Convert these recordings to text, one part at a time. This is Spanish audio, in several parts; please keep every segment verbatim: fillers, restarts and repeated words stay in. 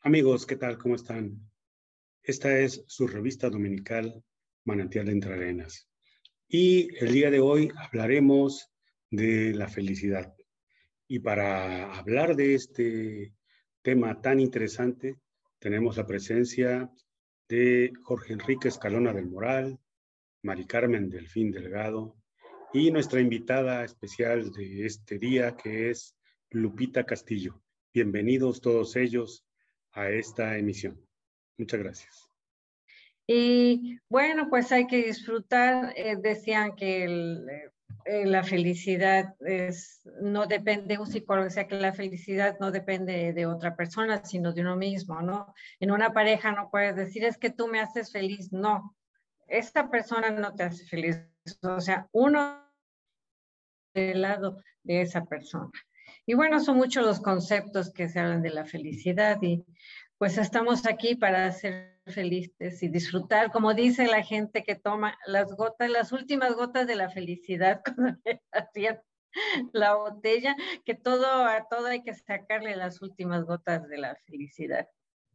Amigos, ¿qué tal? ¿Cómo están? Esta es su revista dominical Manantial de Entre Arenas. Y el día de hoy hablaremos de la felicidad. Y para hablar de este tema tan interesante, tenemos la presencia de Jorge Enrique Escalona del Moral, Mari Carmen Delfín Delgado y nuestra invitada especial de este día, que es Lupita Castillo. Bienvenidos todos ellos a esta emisión. Muchas gracias. Y bueno, pues hay que disfrutar. Eh, decían que el, eh, la felicidad es, no depende, un psicólogo decía que la felicidad no depende de otra persona, sino de uno mismo, ¿no? En una pareja no puedes decir, es que tú me haces feliz. No, esta persona no te hace feliz. O sea, uno del lado de esa persona. Y bueno, son muchos los conceptos que se hablan de la felicidad y pues estamos aquí para ser felices y disfrutar, como dice la gente que toma las gotas, las últimas gotas de la felicidad cuando le hacían la botella, que todo a todo hay que sacarle las últimas gotas de la felicidad.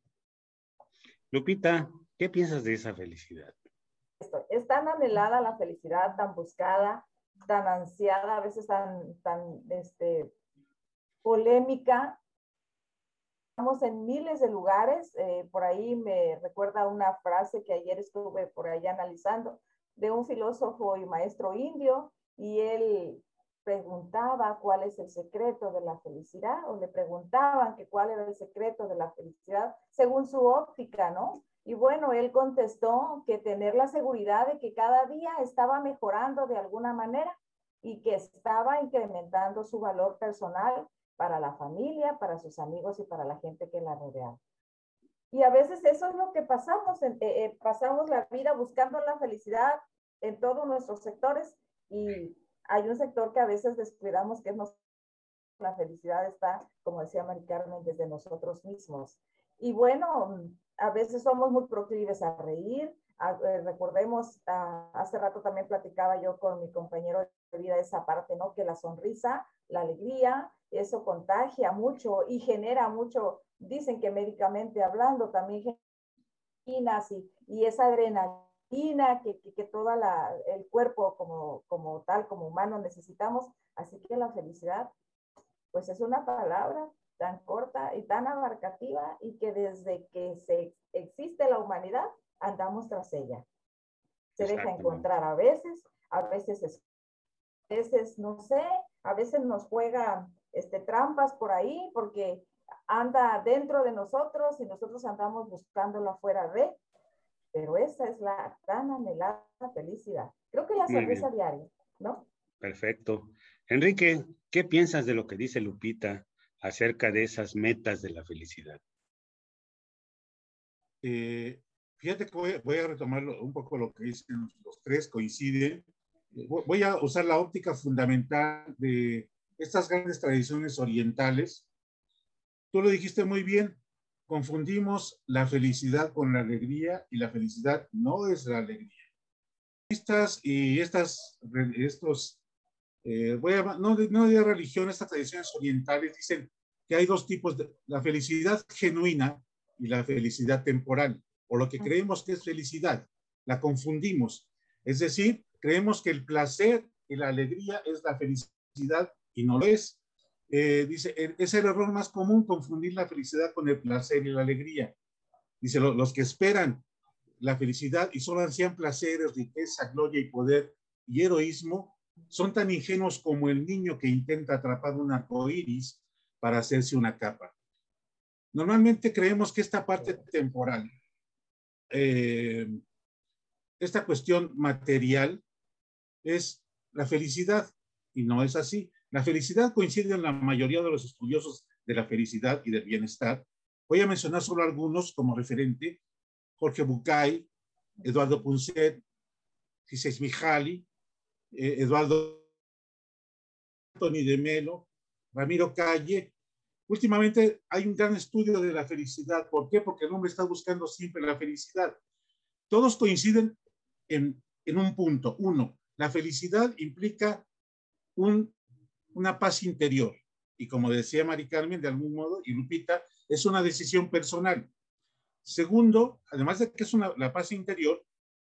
Lupita, ¿qué piensas de esa felicidad? Es tan anhelada la felicidad, tan buscada, tan ansiada, a veces tan, tan este, polémica. Estamos en miles de lugares. Eh, por ahí me recuerda una frase que ayer estuve por ahí analizando de un filósofo y maestro indio, y él preguntaba cuál es el secreto de la felicidad, o le preguntaban que cuál era el secreto de la felicidad según su óptica, ¿no? Y bueno, él contestó que tener la seguridad de que cada día estaba mejorando de alguna manera y que estaba incrementando su valor personal para la familia, para sus amigos y para la gente que la rodea. Y a veces eso es lo que pasamos, eh, eh, pasamos la vida buscando la felicidad en todos nuestros sectores, y hay un sector que a veces descuidamos, que es nosotros. La felicidad está, como decía Mari Carmen, desde nosotros mismos. Y bueno, a veces somos muy proclives a reír. A, eh, recordemos, a, hace rato también platicaba yo con mi compañero de vida esa parte, ¿no? Que la sonrisa, la alegría, eso contagia mucho y genera mucho. Dicen que médicamente hablando también genera y, y esa adrenalina que, que, que todo el cuerpo como, como tal, como humano necesitamos. Así que la felicidad, pues es una palabra tan corta y tan abarcativa, y que desde que se existe la humanidad andamos tras ella. Se deja encontrar a veces, a veces es, a veces no sé, a veces nos juega este, trampas por ahí porque anda dentro de nosotros y nosotros andamos buscándola fuera de, pero esa es la tan anhelada felicidad. Creo que la sonrisa diaria, ¿no? Perfecto. Enrique, ¿qué piensas de lo que dice Lupita acerca de esas metas de la felicidad? Eh, fíjate que voy, voy a retomar un poco lo que dicen los tres, coinciden. Eh, voy a usar la óptica fundamental de estas grandes tradiciones orientales. Tú lo dijiste muy bien, confundimos la felicidad con la alegría, y la felicidad no es la alegría. Estas y estas, estos Eh, voy a, no, no de religión, estas tradiciones orientales dicen que hay dos tipos de la felicidad genuina y la felicidad temporal, o lo que creemos que es felicidad, la confundimos. Es decir, creemos que el placer y la alegría es la felicidad y no lo es. Eh, dice, es el error más común, confundir la felicidad con el placer y la alegría. Dice, lo, los que esperan la felicidad y solo ansían placeres, riqueza, gloria y poder y heroísmo, son tan ingenuos como el niño que intenta atrapar un arco iris para hacerse una capa. Normalmente creemos que esta parte temporal, eh, esta cuestión material, es la felicidad, y no es así. La felicidad coincide en la mayoría de los estudiosos de la felicidad y del bienestar. Voy a mencionar solo algunos como referente: Jorge Bucay, Eduardo Punset, Csikszentmihalyi, eh, Eduardo Tony de Melo, Ramiro Calle. Últimamente hay un gran estudio de la felicidad. ¿Por qué? Porque el hombre está buscando siempre la felicidad. Todos coinciden en, en un punto. Uno, la felicidad implica un, una paz interior. Y como decía Mari Carmen, de algún modo, y Lupita, es una decisión personal. Segundo, además de que es una, la paz interior,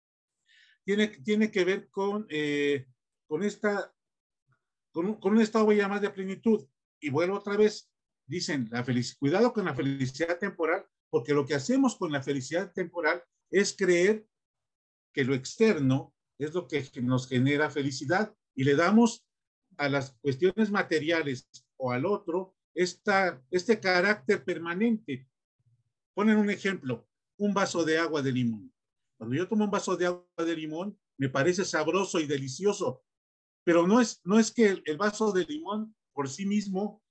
tiene, tiene que ver con, eh, con, esta, con, un, con un estado ya más de plenitud. Y vuelvo otra vez, dicen, la felicidad, cuidado con la felicidad temporal, porque lo que hacemos con la felicidad temporal es creer que lo externo es lo que nos genera felicidad y le damos a las cuestiones materiales o al otro esta, este carácter permanente. Ponen un ejemplo, un vaso de agua de limón. Cuando yo tomo un vaso de agua de limón, me parece sabroso y delicioso, pero no es, no es que el, el vaso de limón por sí mismo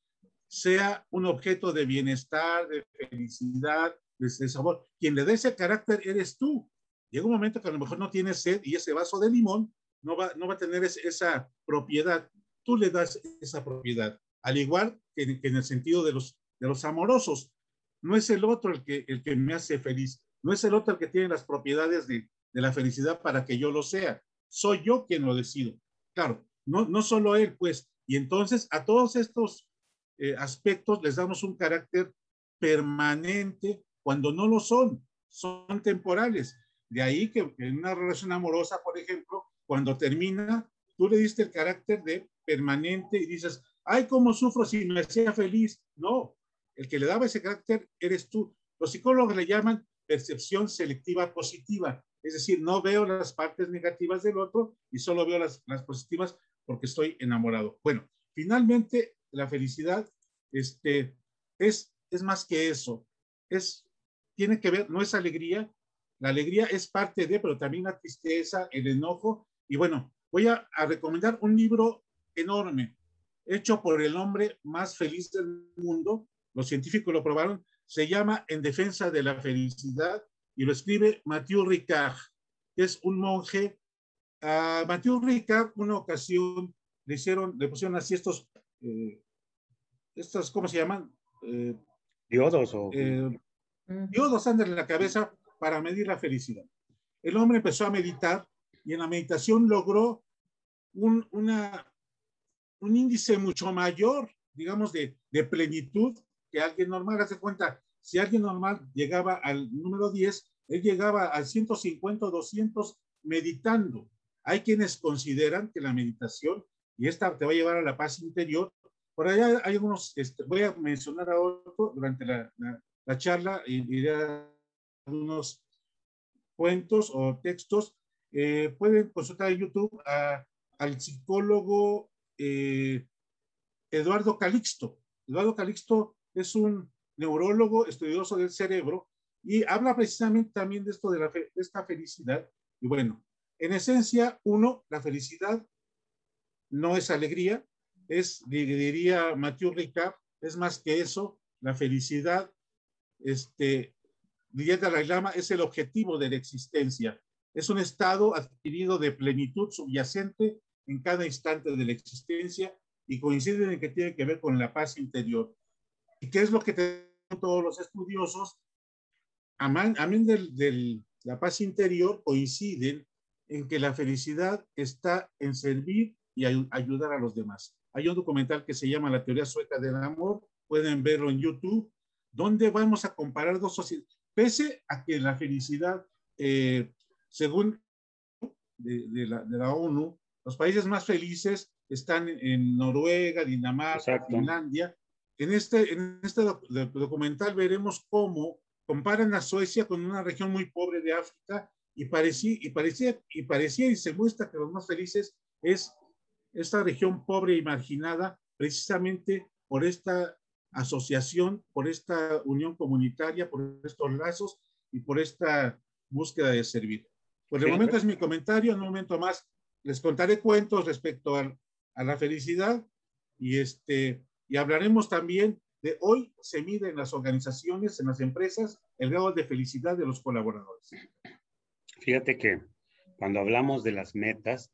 sea un objeto de bienestar, de felicidad, de, de sabor. Quien le da ese carácter eres tú. Llega un momento que a lo mejor no tienes sed y ese vaso de limón no va, no va a tener ese, esa propiedad. Tú le das esa propiedad. Al igual que, que en el sentido de los, de los amorosos. No es el otro el que, el que me hace feliz. No es el otro el que tiene las propiedades de, de la felicidad para que yo lo sea. Soy yo quien lo decido. Claro, no, no solo él, pues. Y entonces a todos estos eh, aspectos les damos un carácter permanente cuando no lo son. Son temporales. De ahí que en una relación amorosa, por ejemplo, cuando termina, tú le diste el carácter de permanente y dices, ay, cómo sufro si me hacía feliz. No, el que le daba ese carácter eres tú. Los psicólogos le llaman percepción selectiva positiva. Es decir, no veo las partes negativas del otro y solo veo las, las positivas porque estoy enamorado. Bueno, finalmente la felicidad este, es, es más que eso. Es, tiene que ver, no es alegría. La alegría es parte de, pero también la tristeza, el enojo. Y bueno, voy a, a recomendar un libro enorme, hecho por el hombre más feliz del mundo. Los científicos lo probaron. Se llama En defensa de la felicidad y lo escribe Mathieu Ricard, que es un monje. A Mathieu Ricard, una ocasión, le hicieron, le pusieron así estos, eh, estos, ¿cómo se llaman? Eh, ¿Diodos o...? Eh, diodos andan en la cabeza para medir la felicidad. El hombre empezó a meditar y en la meditación logró un, una, un índice mucho mayor, digamos, de, de plenitud que alguien normal. Hace cuenta, si alguien normal llegaba al número diez, él llegaba al ciento cincuenta o doscientos meditando. Hay quienes consideran que la meditación, y esta te va a llevar a la paz interior. Por allá hay unos, este, voy a mencionar a otro durante la, la, la charla, y iré a unos cuentos o textos. Eh, pueden consultar en YouTube a, al psicólogo eh, Eduardo Calixto. Eduardo Calixto es un neurólogo estudioso del cerebro y habla precisamente también de esto de, la fe, de esta felicidad. Y bueno, en esencia, uno, la felicidad no es alegría, es, diría Mathieu Ricard, es más que eso. La felicidad, este, diría Dalai Lama, es el objetivo de la existencia. Es un estado adquirido de plenitud subyacente en cada instante de la existencia y coinciden en que tiene que ver con la paz interior. ¿Y qué es lo que tienen todos los estudiosos? Amén de del, la paz interior, coinciden en que la felicidad está en servir y ay ayudar a los demás. Hay un documental que se llama La teoría sueca del amor, pueden verlo en YouTube, donde vamos a comparar dos sociedades. Pese a que la felicidad, eh, según de, de, la, de la ONU, los países más felices están en Noruega, Dinamarca, Exacto. Finlandia. En este, en este doc documental veremos cómo comparan a Suecia con una región muy pobre de África y parecía y, parecía, y parecía y se muestra que los más felices es esta región pobre y marginada precisamente por esta asociación, por esta unión comunitaria, por estos lazos y por esta búsqueda de servir. Por el sí, momento es mi comentario, en un momento más les contaré cuentos respecto a, a la felicidad y, este, y hablaremos también de hoy se mide en las organizaciones, en las empresas, el grado de felicidad de los colaboradores. Fíjate que cuando hablamos de las metas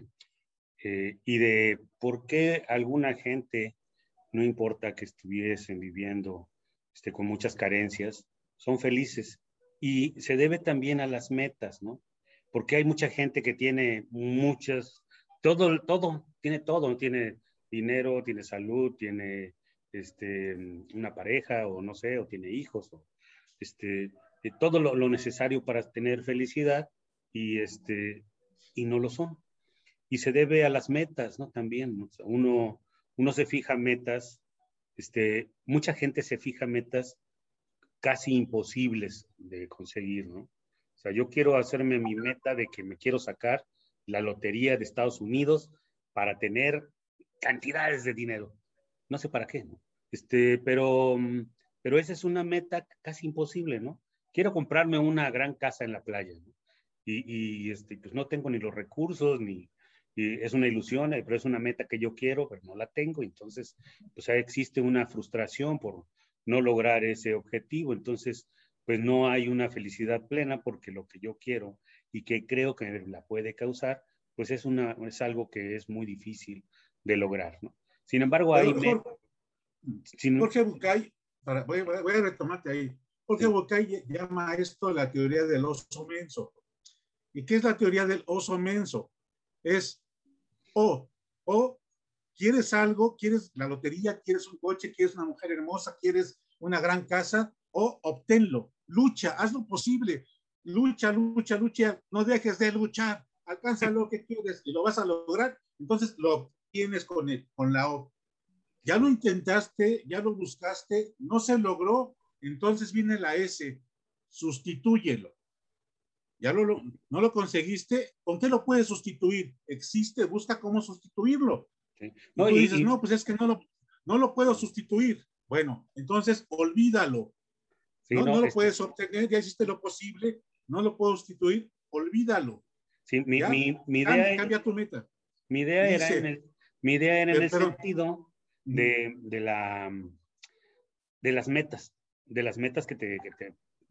eh, y de por qué alguna gente, no importa que estuviesen viviendo este, con muchas carencias, son felices. Y se debe también a las metas, ¿no? Porque hay mucha gente que tiene muchas, todo, todo, tiene todo, tiene dinero, tiene salud, tiene este, una pareja o no sé, o tiene hijos, o este, de todo lo, lo necesario para tener felicidad y, este, y no lo son. Y se debe a las metas, ¿no? También, ¿no? O sea, uno, uno se fija metas, este, mucha gente se fija metas casi imposibles de conseguir, ¿no? O sea, yo quiero hacerme mi meta de que me quiero sacar la lotería de Estados Unidos para tener cantidades de dinero. No sé para qué, ¿no? Este, pero, pero esa es una meta casi imposible, ¿no? Quiero comprarme una gran casa en la playa, ¿no? Y, y este, pues no tengo ni los recursos, ni, y es una ilusión, pero es una meta que yo quiero, pero no la tengo. Entonces, pues existe una frustración por no lograr ese objetivo. Entonces, pues no hay una felicidad plena porque lo que yo quiero y que creo que la puede causar, pues es, una, es algo que es muy difícil de lograr, ¿no? Sin embargo, hay... Pero, Jorge, sin, Jorge Bucay, para, voy, voy, a retomarte ahí. Jorge sí. Bucay llama a esto la teoría del oso menso. ¿Y qué es la teoría del oso menso? Es o, o quieres algo, quieres la lotería, quieres un coche, quieres una mujer hermosa, quieres una gran casa, o obténlo, lucha, haz lo posible, lucha, lucha, lucha, no dejes de luchar, alcanza lo que quieres y lo vas a lograr, entonces lo obtienes con, el, con la O. Ya lo intentaste, ya lo buscaste, no se logró, entonces viene la S, sustitúyelo. Ya lo, lo, no lo conseguiste, ¿con qué lo puedes sustituir? Existe, busca cómo sustituirlo. Sí. No, y tú y, dices, y... no, pues es que no lo, no lo puedo sustituir. Bueno, entonces olvídalo. Sí, no, no, no lo este... puedes obtener, ya hiciste lo posible, no lo puedo sustituir, olvídalo. Sí, mi, mi, mi idea cambia, cambia tu meta. Mi idea Dice, era en el, mi idea era en el pero, sentido de, de, la, de las metas, de las metas que te, que te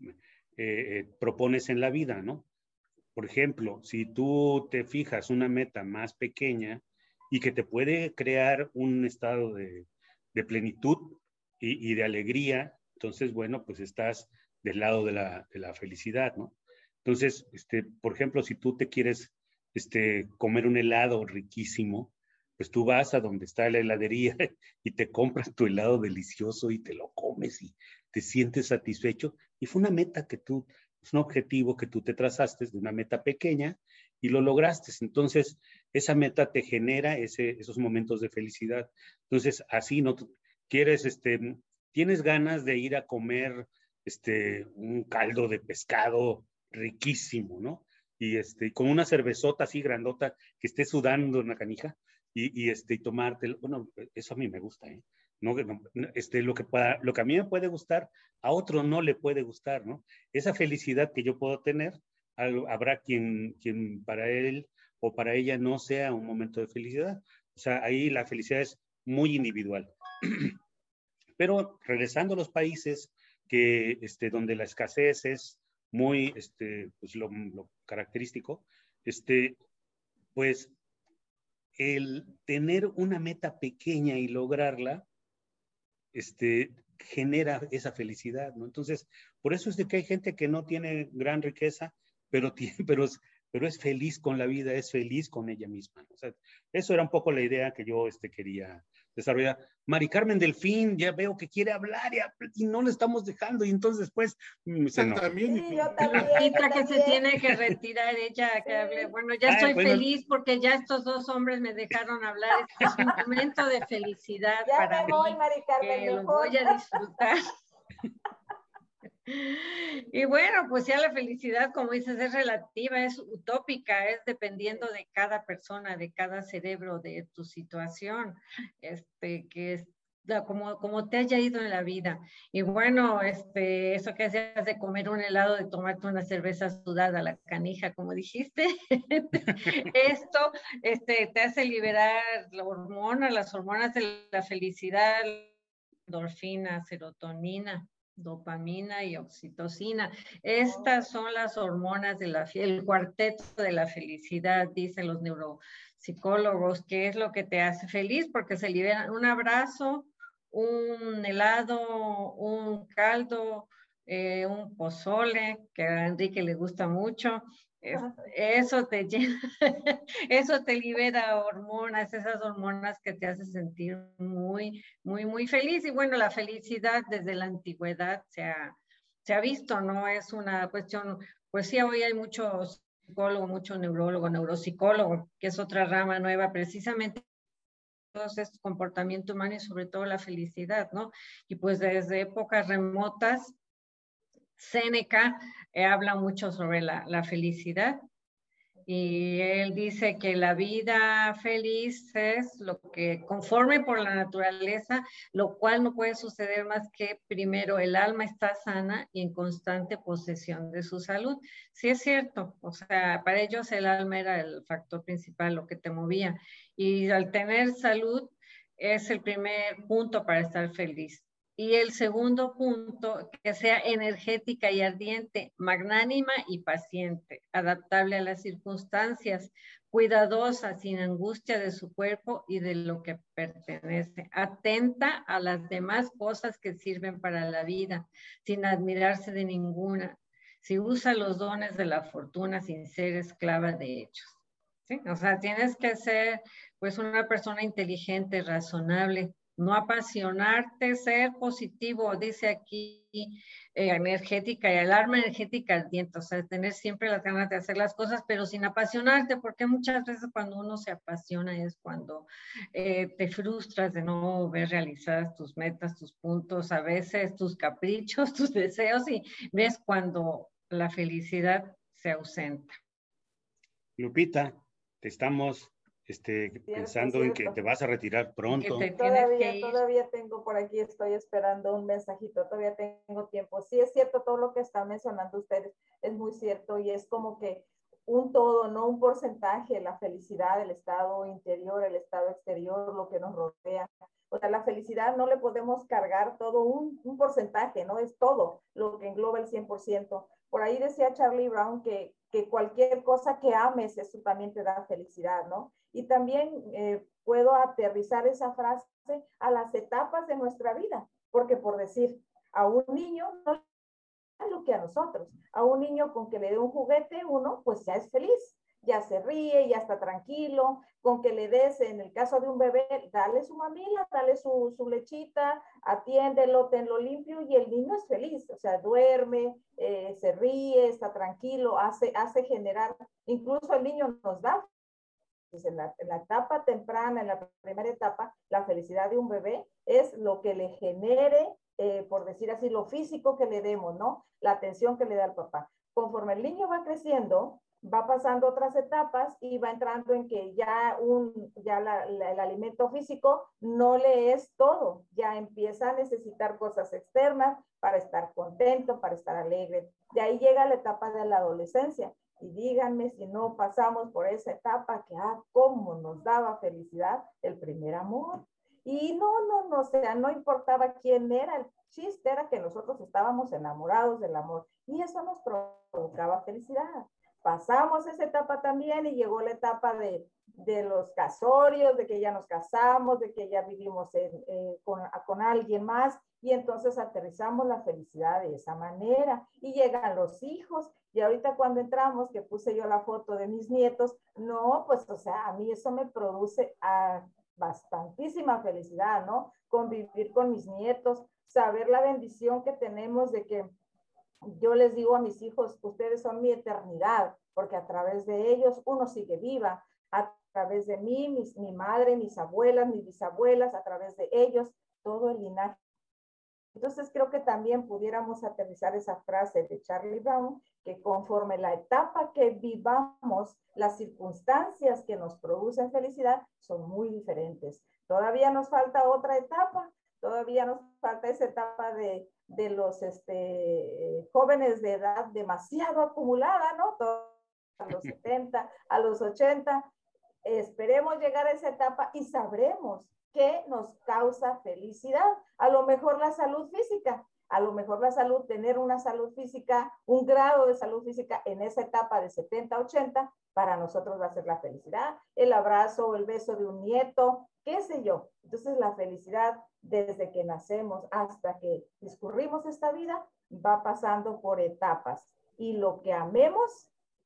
eh, eh, propones en la vida, ¿no? Por ejemplo, si tú te fijas una meta más pequeña y que te puede crear un estado de, de plenitud y, y de alegría, entonces, bueno, pues estás del lado de la, de la felicidad, ¿no? Entonces, este, por ejemplo, si tú te quieres este, comer un helado riquísimo, pues tú vas a donde está la heladería y te compras tu helado delicioso y te lo comes y te sientes satisfecho. Y fue una meta que tú, es un objetivo que tú te trazaste de una meta pequeña y lo lograste. Entonces, esa meta te genera ese, esos momentos de felicidad. Entonces, así no quieres, este, tienes ganas de ir a comer este, un caldo de pescado riquísimo, ¿no? Y este, con una cervezota así grandota que esté sudando en la canija y, y este, y tomarte, bueno, eso a mí me gusta, ¿eh? No, no, este, lo, que para, lo que a mí me puede gustar, a otro no le puede gustar, ¿no? Esa felicidad que yo puedo tener, habrá quien, quien para él o para ella no sea un momento de felicidad. O sea, ahí la felicidad es muy individual. Pero regresando a los países que, este, donde la escasez es muy, este, pues lo, lo característico, este, pues el tener una meta pequeña y lograrla, este, genera esa felicidad, ¿no? Entonces, por eso es de que hay gente que no tiene gran riqueza, pero, tiene, pero, es, pero es feliz con la vida, es feliz con ella misma, ¿no? O sea, eso era un poco la idea que yo este, quería desarrollar. Mari Carmen Delfín, ya veo que quiere hablar y, y no le estamos dejando, y entonces pues se enoja. También, sí, yo también, Lupita yo que también. se tiene que retirar ella, que hable. Bueno, ya estoy Ay, bueno. feliz porque ya estos dos hombres me dejaron hablar. Este es un momento de felicidad ya para me mí, voy, Mari Carmen, que mejor. lo voy a disfrutar. Y bueno, pues ya la felicidad, como dices, es relativa, es utópica, es dependiendo de cada persona, de cada cerebro, de tu situación, este, que es como, como te haya ido en la vida. Y bueno, este, eso que hacías de comer un helado, de tomarte una cerveza sudada, la canija, como dijiste, esto este, te hace liberar la hormona, las hormonas de la felicidad, endorfina, serotonina, dopamina y oxitocina. Estas son las hormonas de la el cuarteto de la felicidad, dicen los neuropsicólogos, que es lo que te hace feliz porque se liberan un abrazo, un helado, un caldo, eh, un pozole, que a Enrique le gusta mucho, Es, eso te llena, eso te libera hormonas, esas hormonas que te hacen sentir muy, muy, muy feliz. Y bueno, la felicidad desde la antigüedad se ha, se ha visto, no es una cuestión, pues sí, hoy hay muchos psicólogos, mucho neurólogo, neuropsicólogo, que es otra rama nueva, precisamente todos estos comportamiento humano y sobre todo la felicidad, ¿no? Y pues desde épocas remotas, Séneca eh, habla mucho sobre la, la felicidad. Y él dice que la vida feliz es lo que conforme por la naturaleza, lo cual no puede suceder más que primero el alma está sana y en constante posesión de su salud. Sí es cierto, o sea, para ellos el alma era el factor principal, lo que te movía. Y al tener salud es el primer punto para estar feliz. Y el segundo punto, que sea energética y ardiente, magnánima y paciente, adaptable a las circunstancias, cuidadosa, sin angustia de su cuerpo y de lo que pertenece, atenta a las demás cosas que sirven para la vida, sin admirarse de ninguna, si usa los dones de la fortuna sin ser esclava de ellos. ¿Sí? O sea, tienes que ser pues una persona inteligente, razonable, no apasionarte, ser positivo, dice aquí, eh, energética y alarma energética ardiente, o sea, tener siempre las ganas de hacer las cosas, pero sin apasionarte, porque muchas veces cuando uno se apasiona es cuando eh, te frustras de no ver realizadas tus metas, tus puntos, a veces tus caprichos, tus deseos, y ves cuando la felicidad se ausenta. Lupita, te estamos este, Cierto, pensando en que cierto. te vas a retirar pronto. Que te tienes Todavía, que ir. todavía tengo por aquí, estoy esperando un mensajito, todavía tengo tiempo. Sí, es cierto todo lo que están mencionando ustedes, es muy cierto y es como que un todo, no un porcentaje, la felicidad, el estado interior, el estado exterior, lo que nos rodea. O sea, la felicidad no le podemos cargar todo un, un porcentaje, no es todo lo que engloba el cien por ciento. Por ahí decía Charlie Brown que, que cualquier cosa que ames, eso también te da felicidad, ¿no? Y también eh, puedo aterrizar esa frase a las etapas de nuestra vida, porque por decir, a un niño no es lo que a nosotros, a un niño con que le dé un juguete, uno pues ya es feliz, ya se ríe, ya está tranquilo, con que le des, en el caso de un bebé, dale su mamila, dale su, su lechita, atiéndelo, tenlo limpio y el niño es feliz, o sea, duerme, eh, se ríe, está tranquilo, hace, hace generar, incluso el niño nos da. En la, en la etapa temprana, en la primera etapa, la felicidad de un bebé es lo que le genere, eh, por decir así, lo físico que le demos, ¿no? La atención que le da el papá. Conforme el niño va creciendo, va pasando otras etapas y va entrando en que ya, un, ya la, la, el alimento físico no le es todo, ya empieza a necesitar cosas externas para estar contento, para estar alegre. De ahí llega la etapa de la adolescencia. Y díganme si no pasamos por esa etapa que, ah, cómo nos daba felicidad el primer amor. Y no, no, no, o sea, no importaba quién era, el chiste era que nosotros estábamos enamorados del amor y eso nos provocaba felicidad. Pasamos esa etapa también y llegó la etapa de, de los casorios, de que ya nos casamos, de que ya vivimos en, eh, con, con alguien más y entonces aterrizamos la felicidad de esa manera y llegan los hijos y ahorita cuando entramos que puse yo la foto de mis nietos, no, pues o sea, a mí eso me produce ah, bastantísima felicidad, ¿no? Convivir con mis nietos, saber la bendición que tenemos de que yo les digo a mis hijos, ustedes son mi eternidad, porque a través de ellos uno sigue viva, a través de mí, mis, mi madre, mis abuelas, mis bisabuelas, a través de ellos, todo el linaje. Entonces creo que también pudiéramos aterrizar esa frase de Charlie Brown, que conforme la etapa que vivamos, las circunstancias que nos producen felicidad son muy diferentes. Todavía nos falta otra etapa, todavía nos falta esa etapa de, de los este, jóvenes de edad demasiado acumulada, ¿no? A los setenta, a los ochenta. Esperemos llegar a esa etapa y sabremos qué nos causa felicidad. A lo mejor la salud física, a lo mejor la salud, tener una salud física, un grado de salud física en esa etapa de setenta, ochenta, para nosotros va a ser la felicidad, el abrazo o el beso de un nieto, qué sé yo. Entonces la felicidad desde que nacemos hasta que discurrimos esta vida va pasando por etapas y lo que amemos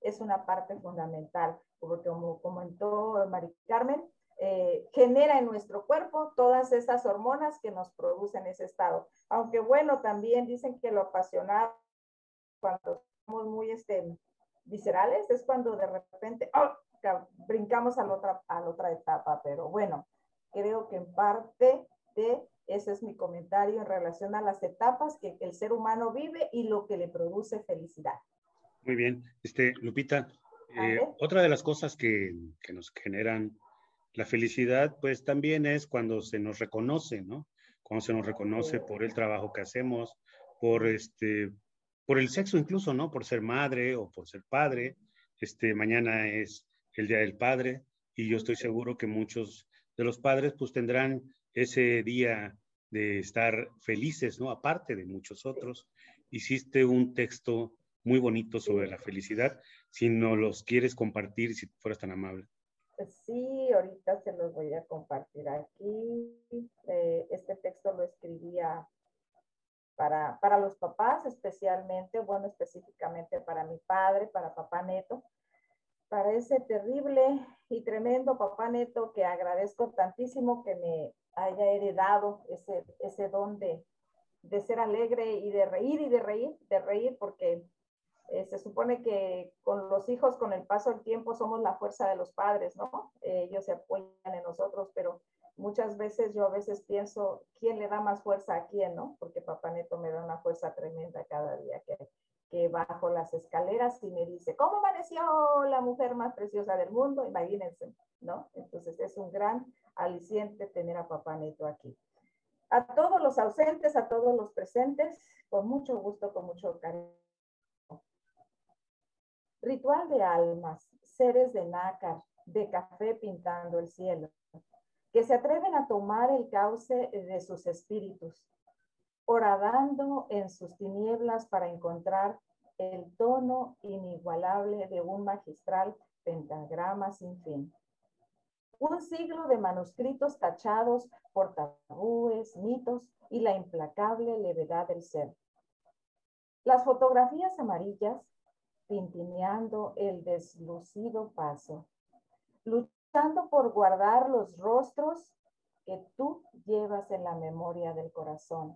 es una parte fundamental, porque como comentó Mari Carmen, eh, genera en nuestro cuerpo todas esas hormonas que nos producen ese estado. Aunque bueno, también dicen que lo apasionado, cuando somos muy este, viscerales, es cuando de repente oh, brincamos a la, otra, a la otra etapa, pero bueno, creo que en parte de ese es mi comentario en relación a las etapas que el ser humano vive y lo que le produce felicidad. Muy bien. Este, Lupita, eh, otra de las cosas que, que nos generan la felicidad, pues también es cuando se nos reconoce, ¿no? Cuando se nos reconoce por el trabajo que hacemos, por este, por el sexo incluso, ¿no? Por ser madre o por ser padre. Este, mañana es el Día del Padre y yo estoy seguro que muchos de los padres pues tendrán ese día de estar felices, ¿no? Aparte de muchos otros. Hiciste un texto muy bonito sobre la felicidad. Si no los quieres compartir, si fueras tan amable. Sí, ahorita se los voy a compartir aquí. Eh, este texto lo escribía para, para los papás especialmente, bueno, específicamente para mi padre, para papá Neto, para ese terrible y tremendo papá Neto que agradezco tantísimo que me haya heredado ese, ese don de, de ser alegre y de reír y de reír, de reír porque eh, se supone que con los hijos, con el paso del tiempo, somos la fuerza de los padres, ¿no? Eh, ellos se apoyan en nosotros, pero muchas veces yo a veces pienso, ¿quién le da más fuerza a quién, no? Porque papá Neto me da una fuerza tremenda cada día que, que bajo las escaleras y me dice, ¿cómo amaneció la mujer más preciosa del mundo? Imagínense, ¿no? Entonces es un gran aliciente tener a papá Neto aquí. A todos los ausentes, a todos los presentes, con mucho gusto, con mucho cariño. Ritual de almas, seres de nácar, de café pintando el cielo, que se atreven a tomar el cauce de sus espíritus, horadando en sus tinieblas para encontrar el tono inigualable de un magistral pentagrama sin fin. Un siglo de manuscritos tachados por tabúes, mitos y la implacable levedad del ser. Las fotografías amarillas tintineando el deslucido paso, luchando por guardar los rostros que tú llevas en la memoria del corazón.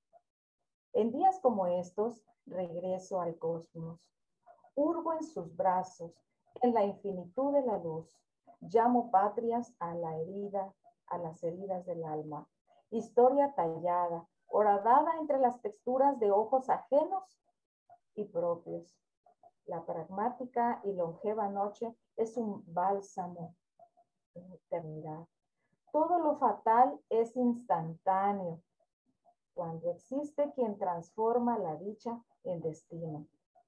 En días como estos, regreso al cosmos, hurgo en sus brazos, en la infinitud de la luz, llamo patrias a la herida, a las heridas del alma, historia tallada, horadada entre las texturas de ojos ajenos y propios. La pragmática y longeva noche es un bálsamo en eternidad. Todo lo fatal es instantáneo cuando existe quien transforma la dicha en destino.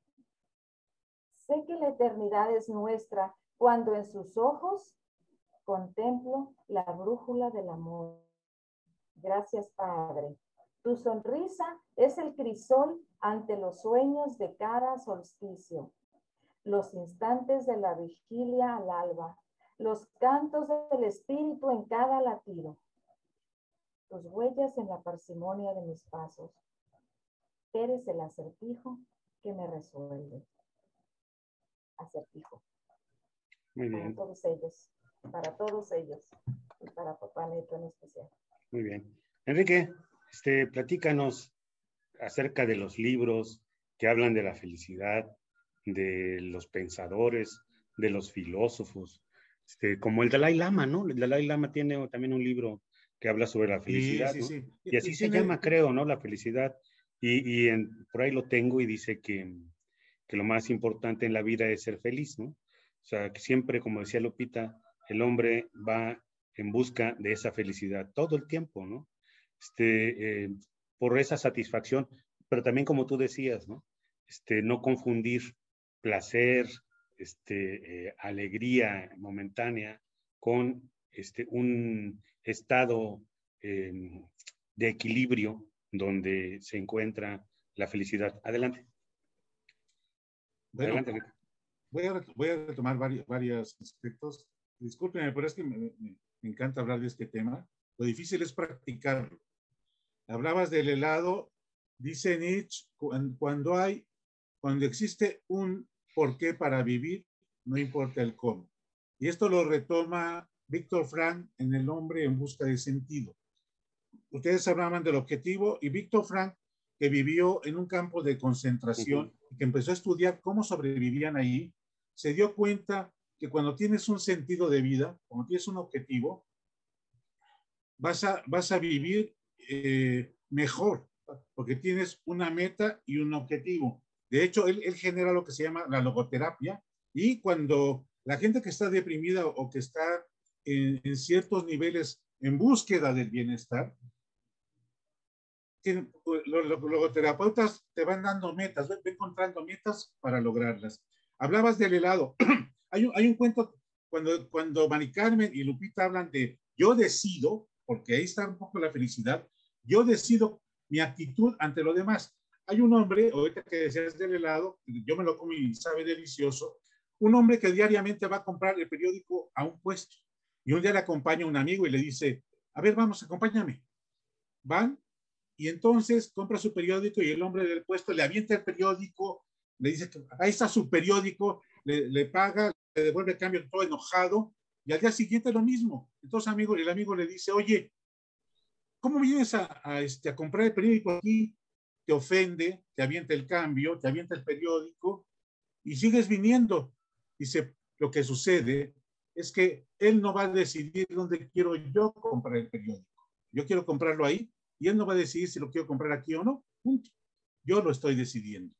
Sé que la eternidad es nuestra cuando en sus ojos contemplo la brújula del amor. Gracias, Padre. Tu sonrisa es el crisol ante los sueños de cada solsticio, los instantes de la vigilia al alba, los cantos del espíritu en cada latido, tus huellas en la parsimonia de mis pasos. Eres el acertijo que me resuelve. Acertijo. Muy bien. Para todos ellos, para todos ellos, y para papá Neto en especial. Muy bien. Enrique, este, platícanos acerca de los libros que hablan de la felicidad, de los pensadores, de los filósofos, este, como el Dalai Lama, ¿no? El Dalai Lama tiene también un libro que habla sobre la felicidad, sí, sí, ¿no? sí. Y así se llama, creo, ¿no? La felicidad. Y, y en, por ahí lo tengo y dice que, que lo más importante en la vida es ser feliz, ¿no? O sea, que siempre, como decía Lupita, el hombre va en busca de esa felicidad todo el tiempo, ¿no? Este, eh, por esa satisfacción, pero también como tú decías, ¿no? Este, no confundir placer, este, eh, alegría momentánea con este, un estado eh, de equilibrio donde se encuentra la felicidad. Adelante. Bueno, Adelante. voy a, voy a retomar varios, varios aspectos. Discúlpenme, pero es que me, me, me encanta hablar de este tema. Lo difícil es practicarlo. Hablabas del helado, dice Nietzsche, cuando hay, cuando existe un por qué para vivir, no importa el cómo. Y esto lo retoma Víctor Frank en El hombre en busca de sentido. Ustedes hablaban del objetivo y Víctor Frank, que vivió en un campo de concentración uh-huh. y que empezó a estudiar cómo sobrevivían ahí, se dio cuenta que cuando tienes un sentido de vida, cuando tienes un objetivo, vas a, vas a vivir eh, mejor, porque tienes una meta y un objetivo. De hecho, él, él genera lo que se llama la logoterapia, y cuando la gente que está deprimida o que está en, en ciertos niveles en búsqueda del bienestar, tienen, los, los logoterapeutas te van dando metas, van encontrando metas para lograrlas. Hablabas del helado. hay, un, hay un cuento cuando, cuando Mari Carmen y Lupita hablan de yo decido, porque ahí está un poco la felicidad, yo decido mi actitud ante lo demás. Hay un hombre, ahorita que decías del helado, yo me lo como y sabe delicioso, un hombre que diariamente va a comprar el periódico a un puesto, y un día le acompaña un amigo y le dice, a ver, vamos, acompáñame. Van, y entonces compra su periódico y el hombre del puesto le avienta el periódico, le dice que ahí está su periódico, le, le paga, le devuelve el cambio todo enojado, y al día siguiente lo mismo. Entonces amigo, el amigo le dice, oye, ¿cómo vienes a, a, este, a comprar el periódico aquí? Te ofende, te avienta el cambio, te avienta el periódico, y sigues viniendo. Dice, lo que sucede es que él no va a decidir dónde quiero yo comprar el periódico. Yo quiero comprarlo ahí, y él no va a decidir si lo quiero comprar aquí o no. Punto. Yo lo estoy decidiendo.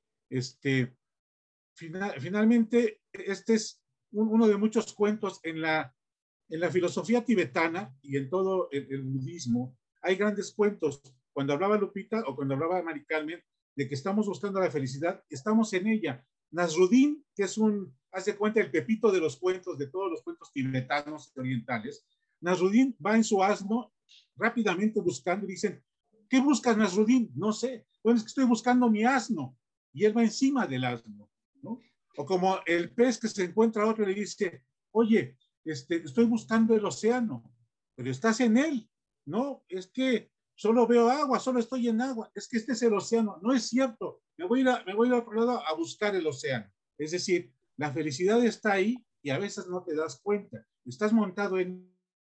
Este, final, finalmente, este es un, uno de muchos cuentos en la, en la filosofía tibetana y en todo el, el budismo. Hay grandes cuentos. Cuando hablaba Lupita o cuando hablaba Mari Carmen de que estamos buscando la felicidad, estamos en ella. Nasruddin, que es un, hace cuenta, el pepito de los cuentos, de todos los cuentos tibetanos y orientales, Nasruddin va en su asno rápidamente buscando y dicen, ¿qué buscas, Nasruddin? No sé. Bueno, es que estoy buscando mi asno. Y él va encima del asno, ¿no? O como el pez que se encuentra a otro y le dice, oye, este, estoy buscando el océano, pero estás en él, ¿no? Es que solo veo agua, solo estoy en agua, es que este es el océano. No es cierto, me voy a ir, a, me voy a, ir a otro lado a buscar el océano. Es decir, la felicidad está ahí y a veces no te das cuenta. Estás montado en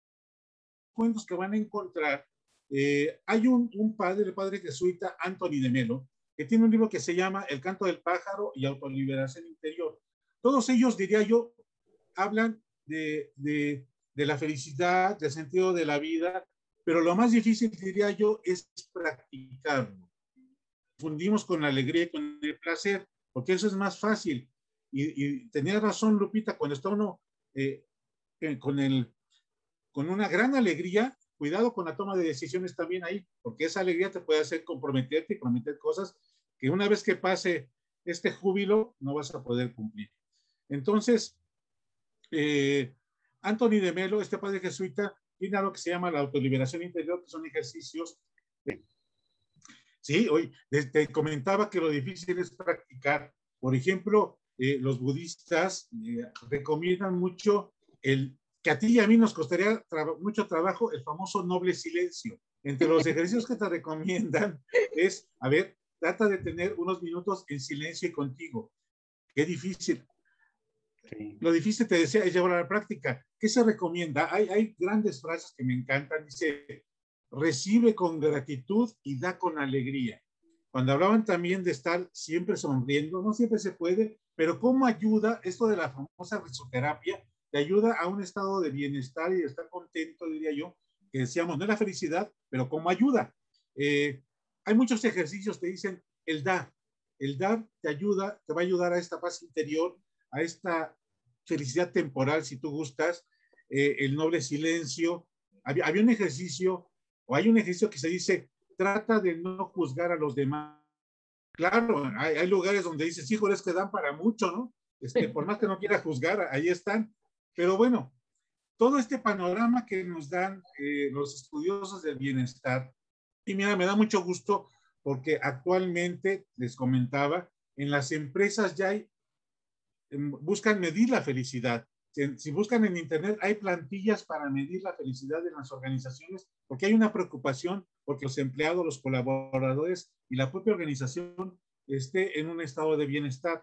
cuentos que van a encontrar. Eh, hay un, un padre, el padre jesuita Anthony de Melo, que tiene un libro que se llama El canto del pájaro y autoliberación interior. Todos ellos, diría yo, hablan de, de, de la felicidad, del sentido de la vida, pero lo más difícil, diría yo, es practicarlo. Fundimos con la alegría y con el placer, porque eso es más fácil. Y, y tenía razón Lupita, cuando está uno eh, con, el, con una gran alegría, cuidado con la toma de decisiones también ahí, porque esa alegría te puede hacer comprometerte y prometer cosas que una vez que pase este júbilo no vas a poder cumplir. Entonces, eh, Anthony de Melo, este padre jesuita, tiene algo que se llama la autoliberación interior, que son ejercicios. Sí, hoy te comentaba que lo difícil es practicar. Por ejemplo, eh, los budistas eh, recomiendan mucho el que a ti y a mí nos costaría tra mucho trabajo, el famoso noble silencio. Entre los ejercicios que te recomiendan es, a ver, trata de tener unos minutos en silencio y contigo. Qué difícil. Sí. Lo difícil, te decía, es llevar a la práctica. ¿Qué se recomienda? Hay, hay grandes frases que me encantan. Dice, recibe con gratitud y da con alegría. Cuando hablaban también de estar siempre sonriendo, no siempre se puede, pero ¿cómo ayuda esto de la famosa risoterapia? Te ayuda a un estado de bienestar y de estar contento, diría yo, que decíamos, no es la felicidad, pero ¿cómo ayuda? Eh, hay muchos ejercicios que dicen el dar. El dar te ayuda, te va a ayudar a esta paz interior, a esta felicidad temporal, si tú gustas, eh, el noble silencio. Había, había un ejercicio, o hay un ejercicio que se dice, trata de no juzgar a los demás. Claro, hay, hay lugares donde dices, híjoles, que dan para mucho, ¿no? Este, por más que no quiera juzgar, ahí están. Pero bueno, todo este panorama que nos dan eh, los estudiosos del bienestar, y mira, me da mucho gusto porque actualmente, les comentaba, en las empresas ya hay, buscan medir la felicidad. Si, si buscan en internet, hay plantillas para medir la felicidad en las organizaciones, porque hay una preocupación porque los empleados, los colaboradores y la propia organización esté en un estado de bienestar.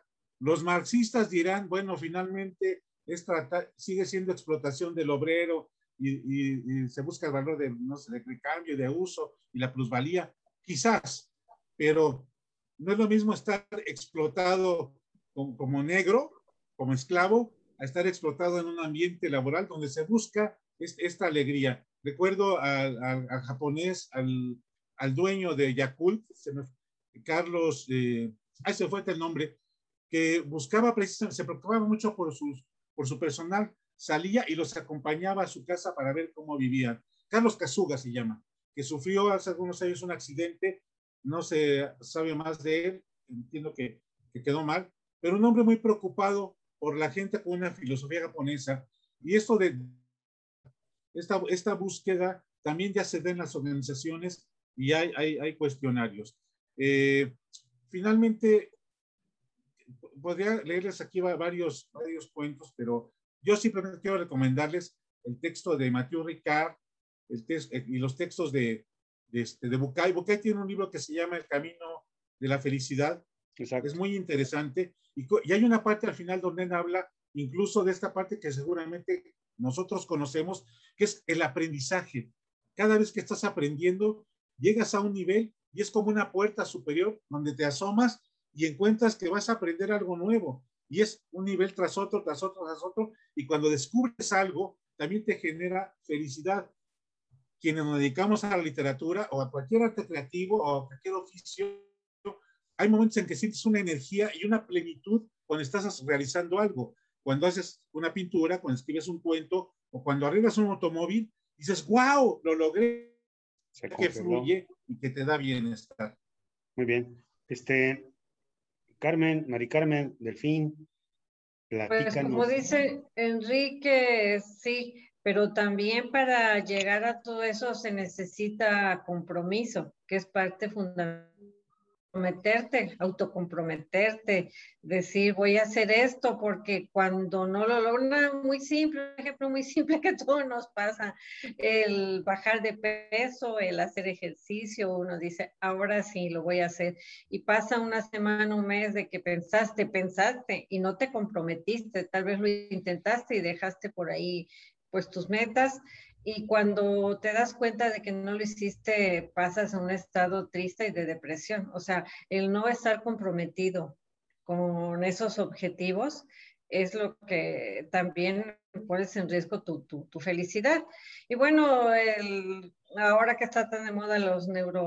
Los marxistas dirán, bueno, finalmente es tratar, sigue siendo explotación del obrero y, y, y se busca el valor de, no sé, de recambio, de uso y la plusvalía, quizás, pero no es lo mismo estar explotado como, como negro, como esclavo, a estar explotado en un ambiente laboral donde se busca es, esta alegría. Recuerdo al, al, al japonés, al, al dueño de Yakult, se me, Carlos, eh, ahí se fue el nombre, que buscaba precisamente, se preocupaba mucho por, sus, por su personal, salía y los acompañaba a su casa para ver cómo vivían. Carlos Kazuga se llama, que sufrió hace algunos años un accidente, no se sabe más de él, entiendo que, que quedó mal, pero un hombre muy preocupado por la gente con una filosofía japonesa. Y esto de esta, esta búsqueda también ya se da en las organizaciones y hay, hay, hay cuestionarios. Eh, finalmente, podría leerles aquí varios, varios cuentos, pero yo simplemente quiero recomendarles el texto de Mathieu Ricard el text, y los textos de, de, este, de Bucay. Bucay tiene un libro que se llama El Camino de la Felicidad. Exacto. Es muy interesante. Y, y hay una parte al final donde él habla incluso de esta parte que seguramente nosotros conocemos, que es el aprendizaje. Cada vez que estás aprendiendo, llegas a un nivel y es como una puerta superior donde te asomas y encuentras que vas a aprender algo nuevo. Y es un nivel tras otro, tras otro, tras otro. Y cuando descubres algo, también te genera felicidad. Quienes nos dedicamos a la literatura o a cualquier arte creativo o a cualquier oficio, hay momentos en que sientes una energía y una plenitud cuando estás realizando algo. Cuando haces una pintura, cuando escribes un cuento o cuando arreglas un automóvil, dices, wow, lo logré. Se que fluye y que te da bienestar. Muy bien. Este, Carmen, Mari Carmen, Delfín, platícanos. Pues como dice Enrique, sí, pero también para llegar a todo eso se necesita compromiso, que es parte fundamental. Comprometerte, autocomprometerte, decir voy a hacer esto, porque cuando no lo logran, muy simple, un ejemplo muy simple que a todos nos pasa, el bajar de peso, el hacer ejercicio, uno dice, ahora sí lo voy a hacer, y pasa una semana, un mes de que pensaste, pensaste y no te comprometiste, tal vez lo intentaste y dejaste por ahí pues tus metas. Y cuando te das cuenta de que no lo hiciste, pasas a un estado triste y de depresión. O sea, el no estar comprometido con esos objetivos es lo que también pones en riesgo tu, tu, tu felicidad. Y bueno, el, ahora que está tan de moda los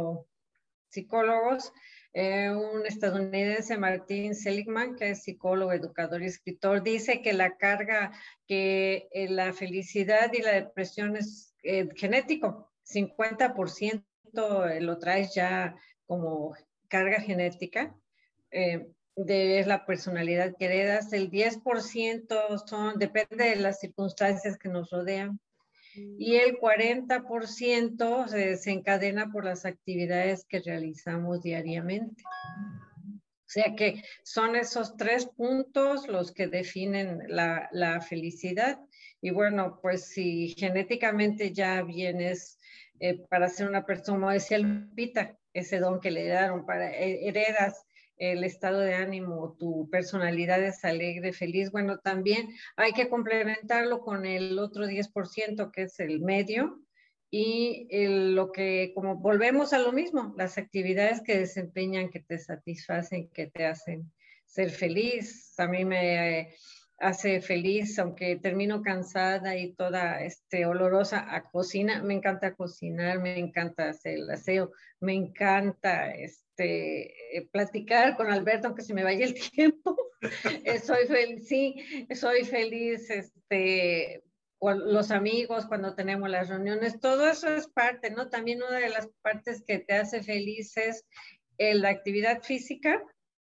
neuropsicólogos, Eh, un estadounidense, Martin Seligman, que es psicólogo, educador y escritor, dice que la carga, que eh, la felicidad y la depresión es eh, genético, cincuenta por ciento lo traes ya como carga genética, eh, de es la personalidad que heredas, el diez por ciento son, depende de las circunstancias que nos rodean, y el cuarenta por ciento se desencadena por las actividades que realizamos diariamente. O sea que son esos tres puntos los que definen la, la felicidad. Y bueno, pues si genéticamente ya vienes eh, para ser una persona, como decía Lupita, ese don que le dieron, para eh, heredas el estado de ánimo, tu personalidad es alegre, feliz, bueno, también hay que complementarlo con el otro diez por ciento que es el medio, y el, lo que, como volvemos a lo mismo, las actividades que desempeñan, que te satisfacen, que te hacen ser feliz. A mí me eh, hace feliz, aunque termino cansada y toda este, olorosa a cocina, me encanta cocinar, me encanta hacer el aseo, me encanta este, eh, platicar con Alberto, aunque se me vaya el tiempo. eh, soy feliz, sí, soy feliz, este, los amigos, cuando tenemos las reuniones, todo eso es parte, ¿no? También una de las partes que te hace feliz es eh, la actividad física,